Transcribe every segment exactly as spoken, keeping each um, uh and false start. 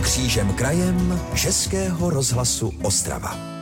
Křížem krajem Českého rozhlasu Ostrava.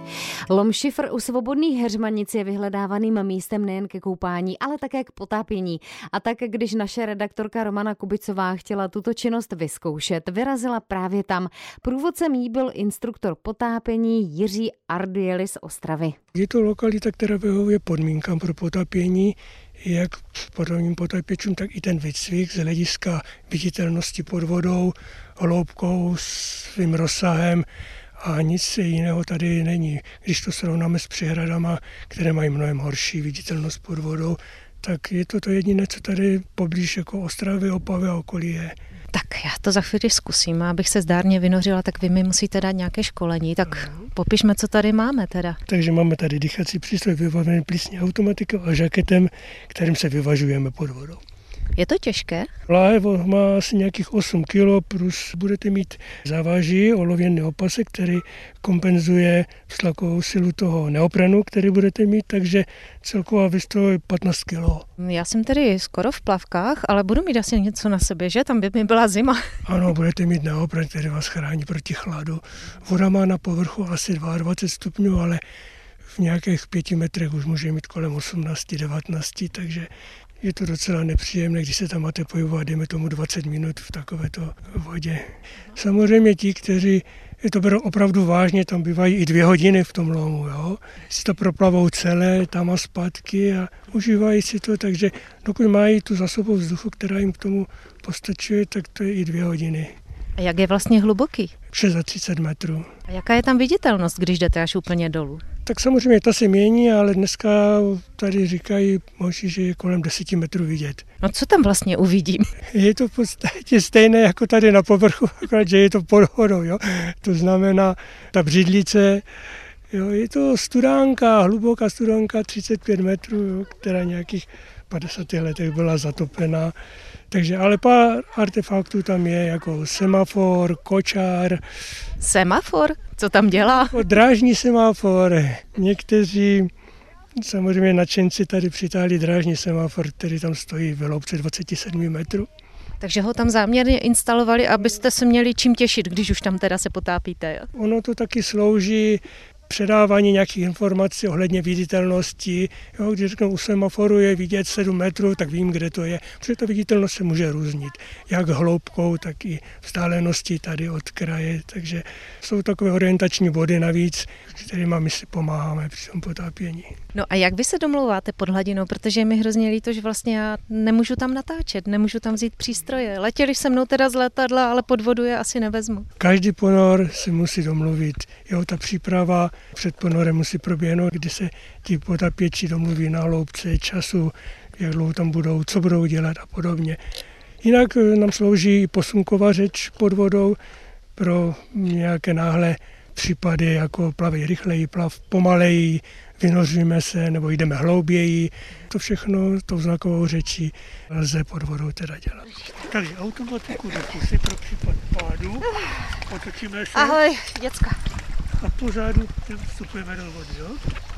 Lom Šifr u Svobodných Heřmanic je vyhledávaným místem nejen ke koupání, ale také k potápění. A tak, když naše redaktorka Romana Kubicová chtěla tuto činnost vyzkoušet, vyrazila právě tam. Průvodcem jí byl instruktor potápění Jiří Ardieli z Ostravy. Je to lokalita, která vyhovuje podmínkám pro potápění, jak podvodním potápěčům, tak i ten výcvik z hlediska viditelnosti pod vodou, hloubkou, svým rozsahem. A nic jiného tady není. Když to srovnáme s přehradama, které mají mnohem horší viditelnost pod vodou, tak je to to jediné, co tady poblíž jako Ostravy, Opavy a okolí je. Tak já to za chvíli zkusím, abych se zdárně vynořila, tak vy mi musíte dát nějaké školení, tak uh-huh. popišme, co tady máme teda. Takže máme tady dýchací přístroj vybavený plicní automatikou a žaketem, kterým se vyvažujeme pod vodou. Je to těžké? Láhev má asi nějakých osm kilo, plus budete mít závaží olověný opasek, který kompenzuje tlakovou silu toho neoprenu, který budete mít, takže celková výstroj je patnáct kilo. Já jsem tedy skoro v plavkách, ale budu mít asi něco na sobě, že? Tam by mi byla zima. Ano, budete mít neopren, který vás chrání proti chladu. Voda má na povrchu asi dvacet dva stupňů, ale v nějakých pěti metrech už může mít kolem osmnáct devatenáct, takže je to docela nepříjemné, když se tam máte pohybovat, dejme tomu dvacet minut v takovéto vodě. Samozřejmě ti, kteří to berou opravdu vážně, tam bývají i dvě hodiny v tom lomu, jo. Si to proplavou celé, tam a zpátky a užívají si to, takže dokud mají tu zásobu vzduchu, která jim k tomu postačuje, tak to je i dvě hodiny. A jak je vlastně hluboký? třicet šest metrů. A jaká je tam viditelnost, když jdete až úplně dolů? Tak samozřejmě ta se mění, ale dneska tady říkají možná, že je kolem deset metrů vidět. No co tam vlastně uvidím? Je to v podstatě stejné jako tady na povrchu, akorát, že je to pod vodou, jo. To znamená ta břidlice, jo, je to studánka, hluboká studánka třicet pět metrů, jo, která nějakých padesátých letech byla zatopená. Takže ale pár artefaktů tam je, jako semafor, kočár. Semafor? Co tam dělá? Drážní semafor. Někteří samozřejmě nadšenci tady přitáhli drážní semafor, který tam stojí ve hloubce dvacet sedm metrů. Takže ho tam záměrně instalovali, abyste se měli čím těšit, když už tam teda se potápíte. Jo? Ono to taky slouží předávání nějakých informací ohledně viditelnosti. Jo, když řeknu, u semaforu je vidět sedm metrů, tak vím, kde to je. Protože ta viditelnost se může různit. Jak hloubkou, tak i vzdáleností tady od kraje. Takže jsou takové orientační body navíc, kterými my si pomáháme při tom potápění. No a jak vy se domlouváte pod hladinou? Protože je mi hrozně líto, že vlastně já nemůžu tam natáčet, nemůžu tam vzít přístroje. Letěli se mnou teda z letadla, ale pod vodu je asi nevezmu. Každý ponor si musí domluvit. Jo, ta příprava před ponorem musí proběhnout, kdy se ti potápěči domluví na hloubce času, jak dlouho tam budou, co budou dělat a podobně. Jinak nám slouží posunková řeč pod vodou pro nějaké náhle případy, jako plaví rychleji, plav pomaleji, vynoříme se nebo jdeme hlouběji. To všechno tou znakovou řečí lze pod vodou teda dělat. Takže automatiku si pro případ pádu, otočíme se. Ahoj, děcka. A pozadu vstupujeme do vody, jo?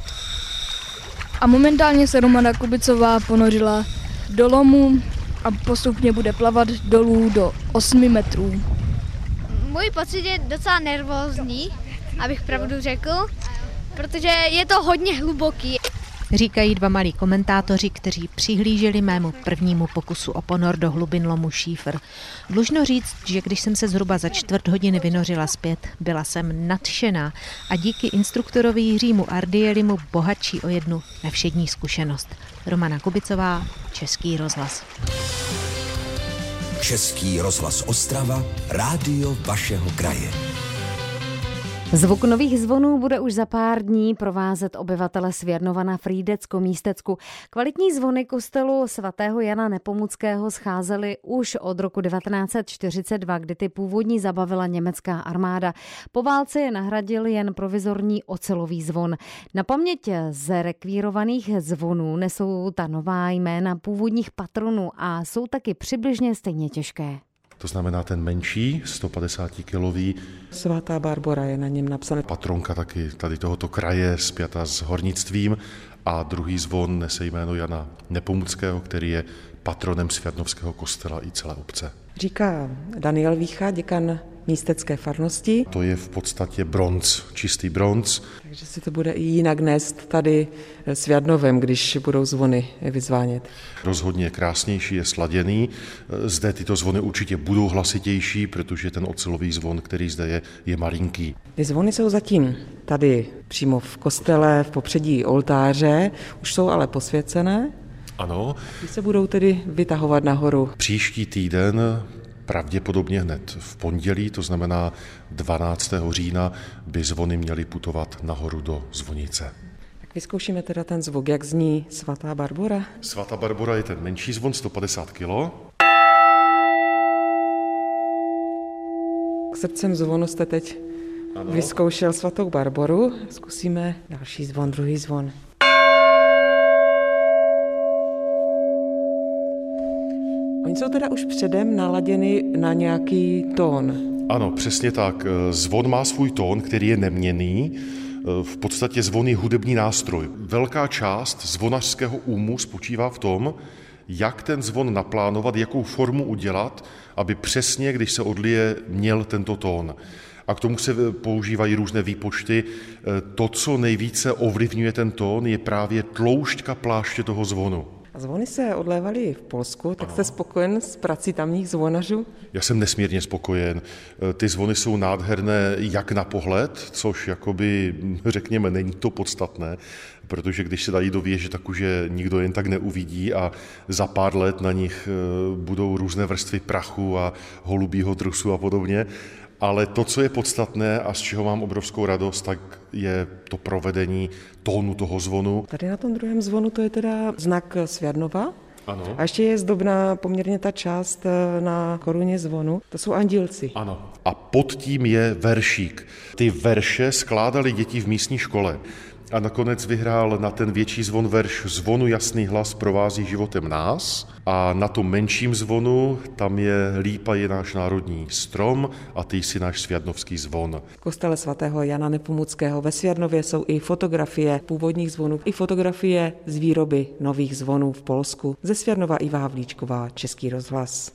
A momentálně se Romana Kubicová ponořila do lomu a postupně bude plavat dolů do osmi metrů. Můj pocit je docela nervózní, abych pravdu řekl, protože je to hodně hluboký. Říkají dva malí komentátoři, kteří přihlíželi mému prvnímu pokusu o ponor do hlubin lomu Šífr. Dlužno říct, že když jsem se zhruba za čtvrt hodiny vynořila zpět, byla jsem nadšená a díky instruktorovi Jiřímu Ardielimu bohatší o jednu nevšední zkušenost. Romana Kubicová, Český rozhlas. Český rozhlas Ostrava, rádio vašeho kraje. Zvuk nových zvonů bude už za pár dní provázet obyvatele Svěrnova na Frýdecko-Místecku. Kvalitní zvony kostelu svatého Jana Nepomuckého scházely už od roku devatenáct set čtyřicet dva, kdy ty původní zabavila německá armáda. Po válce je nahradil jen provizorní ocelový zvon. Na paměť z rekvírovaných zvonů nesou ta nová jména původních patronů a jsou taky přibližně stejně těžké. To znamená ten menší, sto padesát kilový. Svatá Barbora je na něm napsané. Patronka taky tady tohoto kraje spjata s hornictvím a druhý zvon nese jméno Jana Nepomuckého, který je patronem Svěrnovského kostela i celé obce. Říká Daniel Vícha, děkan místecké farnosti. To je v podstatě bronz, čistý bronz. Takže si to bude i jinak nést tady s Viadnovem, když budou zvony vyzvánět. Rozhodně krásnější, je sladěný. Zde tyto zvony určitě budou hlasitější, protože ten ocelový zvon, který zde je, je malinký. Ty zvony jsou zatím tady přímo v kostele, v popředí oltáře, už jsou ale posvěcené. Ano. Když se budou tedy vytahovat nahoru? Příští týden, pravděpodobně hned v pondělí, to znamená dvanáctého října, by zvony měly putovat nahoru do zvonice. Tak vyzkoušíme teda ten zvuk, jak zní svatá Barbora. Svatá Barbora je ten menší zvon, sto padesát kilo. Srdcem zvonu jste teď ano. vyzkoušel svatou Barboru. Zkusíme další zvon, druhý zvon. Oni jsou teda už předem naladěny na nějaký tón. Ano, přesně tak. Zvon má svůj tón, který je neměnný. V podstatě zvon je hudební nástroj. Velká část zvonařského umu spočívá v tom, jak ten zvon naplánovat, jakou formu udělat, aby přesně, když se odlije, měl tento tón. A k tomu se používají různé výpočty. To, co nejvíce ovlivňuje ten tón, je právě tloušťka pláště toho zvonu. A zvony se odlévaly v Polsku, tak jste spokojen s prací tamních zvonařů? Já jsem nesmírně spokojen. Ty zvony jsou nádherné jak na pohled, což jakoby, řekněme, není to podstatné, protože když se dají do věže, tak už je nikdo jen tak neuvidí a za pár let na nich budou různé vrstvy prachu a holubího trusu a podobně. Ale to, co je podstatné a z čeho mám obrovskou radost, tak je to provedení tónu toho zvonu. Tady na tom druhém zvonu to je teda znak Sviadnova. Ano. A ještě je zdobná poměrně ta část na koruně zvonu. To jsou andílci. Ano. A pod tím je veršík. Ty verše skládaly děti v místní škole. A nakonec vyhrál na ten větší zvon verš Zvonu jasný hlas provází životem nás. A na tom menším zvonu tam je Lípa je náš národní strom a ty jsi náš sviadnovský zvon. V kostele svatého Jana Nepomuckého ve Sviadnově jsou i fotografie původních zvonů, i fotografie z výroby nových zvonů v Polsku. Ze Sviadnova Iva Havlíčková, Český rozhlas.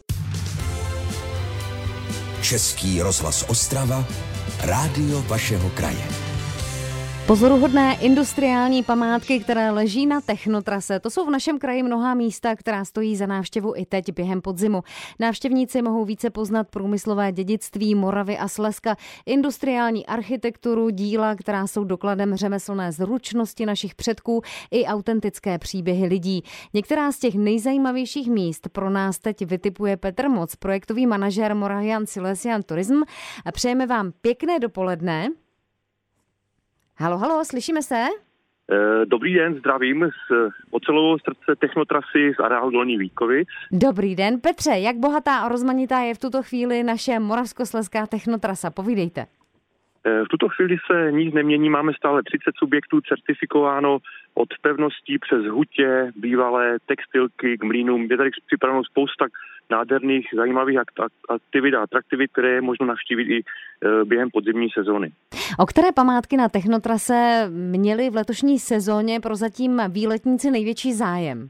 Český rozhlas Ostrava, rádio vašeho kraje. Pozoruhodné industriální památky, které leží na technotrase, to jsou v našem kraji mnohá místa, která stojí za návštěvu i teď během podzimu. Návštěvníci mohou více poznat průmyslové dědictví Moravy a Slezska, industriální architekturu, díla, která jsou dokladem řemeslné zručnosti našich předků i autentické příběhy lidí. Některá z těch nejzajímavějších míst pro nás teď vytipuje Petr Moc, projektový manažer Moravian Silesian Tourism. Přejeme vám pěkné dopoledne. Halo, halo, slyšíme se? Dobrý den, zdravím z ocelového srdce technotrasy z areálu Dolní Vítkovic. Dobrý den, Petře, jak bohatá a rozmanitá je v tuto chvíli naše moravskoslezská technotrasa? Povídejte. V tuto chvíli se nic nemění, máme stále třicet subjektů certifikováno od pevností přes hutě, bývalé textilky k mlýnům. Je tady připraveno spousta nádherných, zajímavých aktivit a atraktivit, které je možno navštívit i během podzimní sezóny. O které památky na technotrase měli v letošní sezóně prozatím výletníci největší zájem?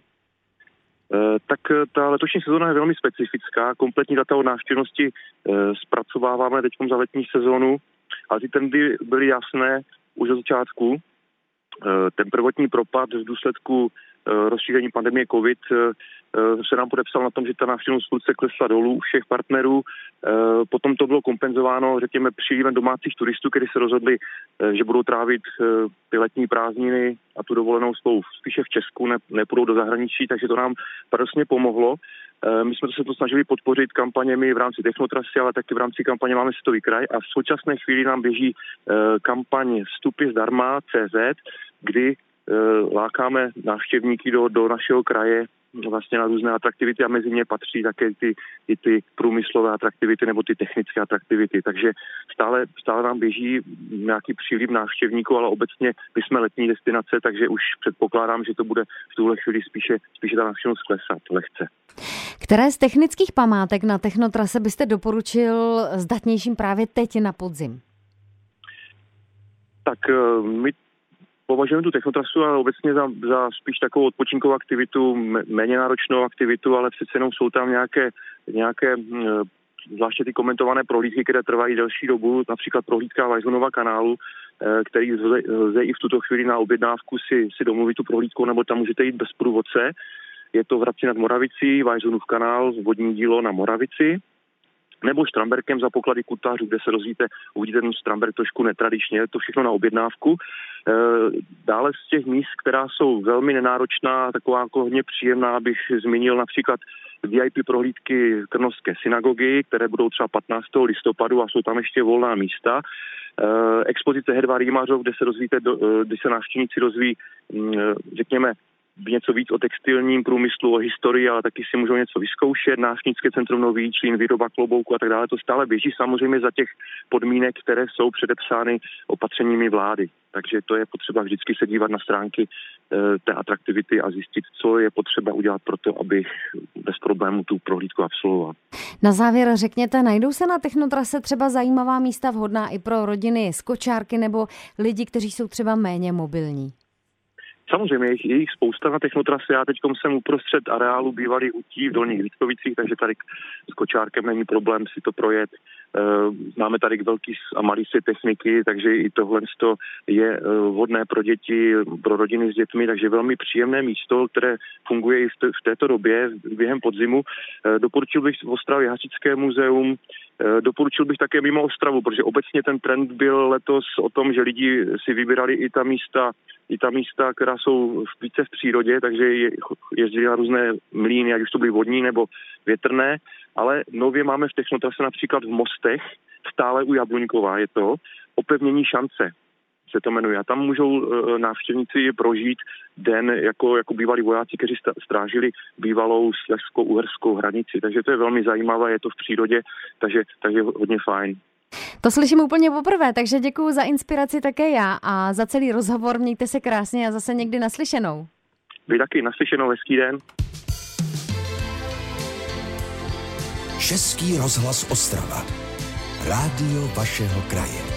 Tak ta letošní sezóna je velmi specifická. Kompletní data o návštěvnosti zpracováváme teď za letní sezónu, ale ty trendy byly jasné už od začátku. Ten prvotní propad v důsledku rozšíření pandemie COVID se nám podepsal na tom, že ta návštěvnost prudce klesla dolů u všech partnerů. Potom to bylo kompenzováno, řekněme, přílivem domácích turistů, kteří se rozhodli, že budou trávit ty letní prázdniny a tu dovolenou svou spíše v Česku, ne, nepůjdou do zahraničí, takže to nám paradoxně pomohlo. My jsme se to snažili podpořit kampaněmi v rámci technotrasy, ale taky v rámci kampaně Máme světový kraj a v současné chvíli nám běží kampaň Vstupy zdarma tečka cé zet, kdy lákáme návštěvníky do, do našeho kraje vlastně na různé atraktivity a mezi ně patří také ty, i ty průmyslové atraktivity nebo ty technické atraktivity. Takže stále, stále nám běží nějaký příliv návštěvníků, ale obecně my jsme letní destinace, takže už předpokládám, že to bude v tuhle chvíli spíše, spíše ta návštěvnost klesat lehce. Které z technických památek na technotrase byste doporučil zdatnějším právě teď na podzim? Tak my považujeme tu technotrasu a obecně za, za spíš takovou odpočinkovou aktivitu, méně náročnou aktivitu, ale přece jenom jsou tam nějaké, nějaké zvláště ty komentované prohlídky, které trvají delší dobu, například prohlídka Weishunnova kanálu, který lze, lze i v tuto chvíli na objednávku si, si domluvit tu prohlídku, nebo tam můžete jít bez průvodce. Je to v Hradci nad Moravicí, Weishunnův kanál, vodní dílo na Moravici, nebo Štramberkem za poklady Kutářů, kde se rozvíte, uvidíte ten Štramberk trošku netradičně, je to všechno na objednávku. Dále z těch míst, která jsou velmi nenáročná, taková jako hodně příjemná, bych zmínil například V I P prohlídky Krnovské synagogy, které budou třeba patnáctého listopadu a jsou tam ještě volná místa. Expozice Hedva Rýmařov, kde se rozvíte, kde se návštěvníci rozvíjí, řekněme, něco víc o textilním průmyslu, o historii, ale taky si můžou něco vyzkoušet. Návštěvnické centrum Nový Jičín, výroba klobouku a tak dále. To stále běží samozřejmě za těch podmínek, které jsou předepsány opatřeními vlády. Takže to je potřeba vždycky se dívat na stránky e, té atraktivity a zjistit, co je potřeba udělat pro to, abych bez problému tu prohlídku absolvoval. Na závěr řekněte, najdou se na technotrase třeba zajímavá místa vhodná i pro rodiny s kočárky nebo lidi, kteří jsou třeba méně mobilní? Samozřejmě, je jich spousta na technotrase. Já teď jsem uprostřed areálu bývalý Útí v Dolních Vítkovicích, takže tady s kočárkem není problém si to projet. Máme tady velký a malý si techniky, takže i tohle je vhodné pro děti, pro rodiny s dětmi, takže velmi příjemné místo, které funguje i v této době během podzimu. Doporučil bych v Ostravě Hasičské muzeum, doporučil bych také mimo Ostravu, protože obecně ten trend byl letos o tom, že lidi si vybírali i ta místa, i ta místa, která jsou více v přírodě, takže jezdili na různé mlýny, ať už to byly vodní nebo větrné, ale nově máme v technotrase například v Mostech, stále u Jabluňkova je to, opevnění Šance se to jmenuje. A tam můžou návštěvníci prožít den jako, jako bývalí vojáci, kteří strážili bývalou slezsko-uherskou hranici. Takže to je velmi zajímavé, je to v přírodě, takže, takže hodně fajn. To slyším úplně poprvé, takže děkuju za inspiraci také já a za celý rozhovor. Mějte se krásně a zase někdy naslyšenou. Vy taky naslyšenou, hezký den. Český rozhlas Ostrava. Rádio vašeho kraje.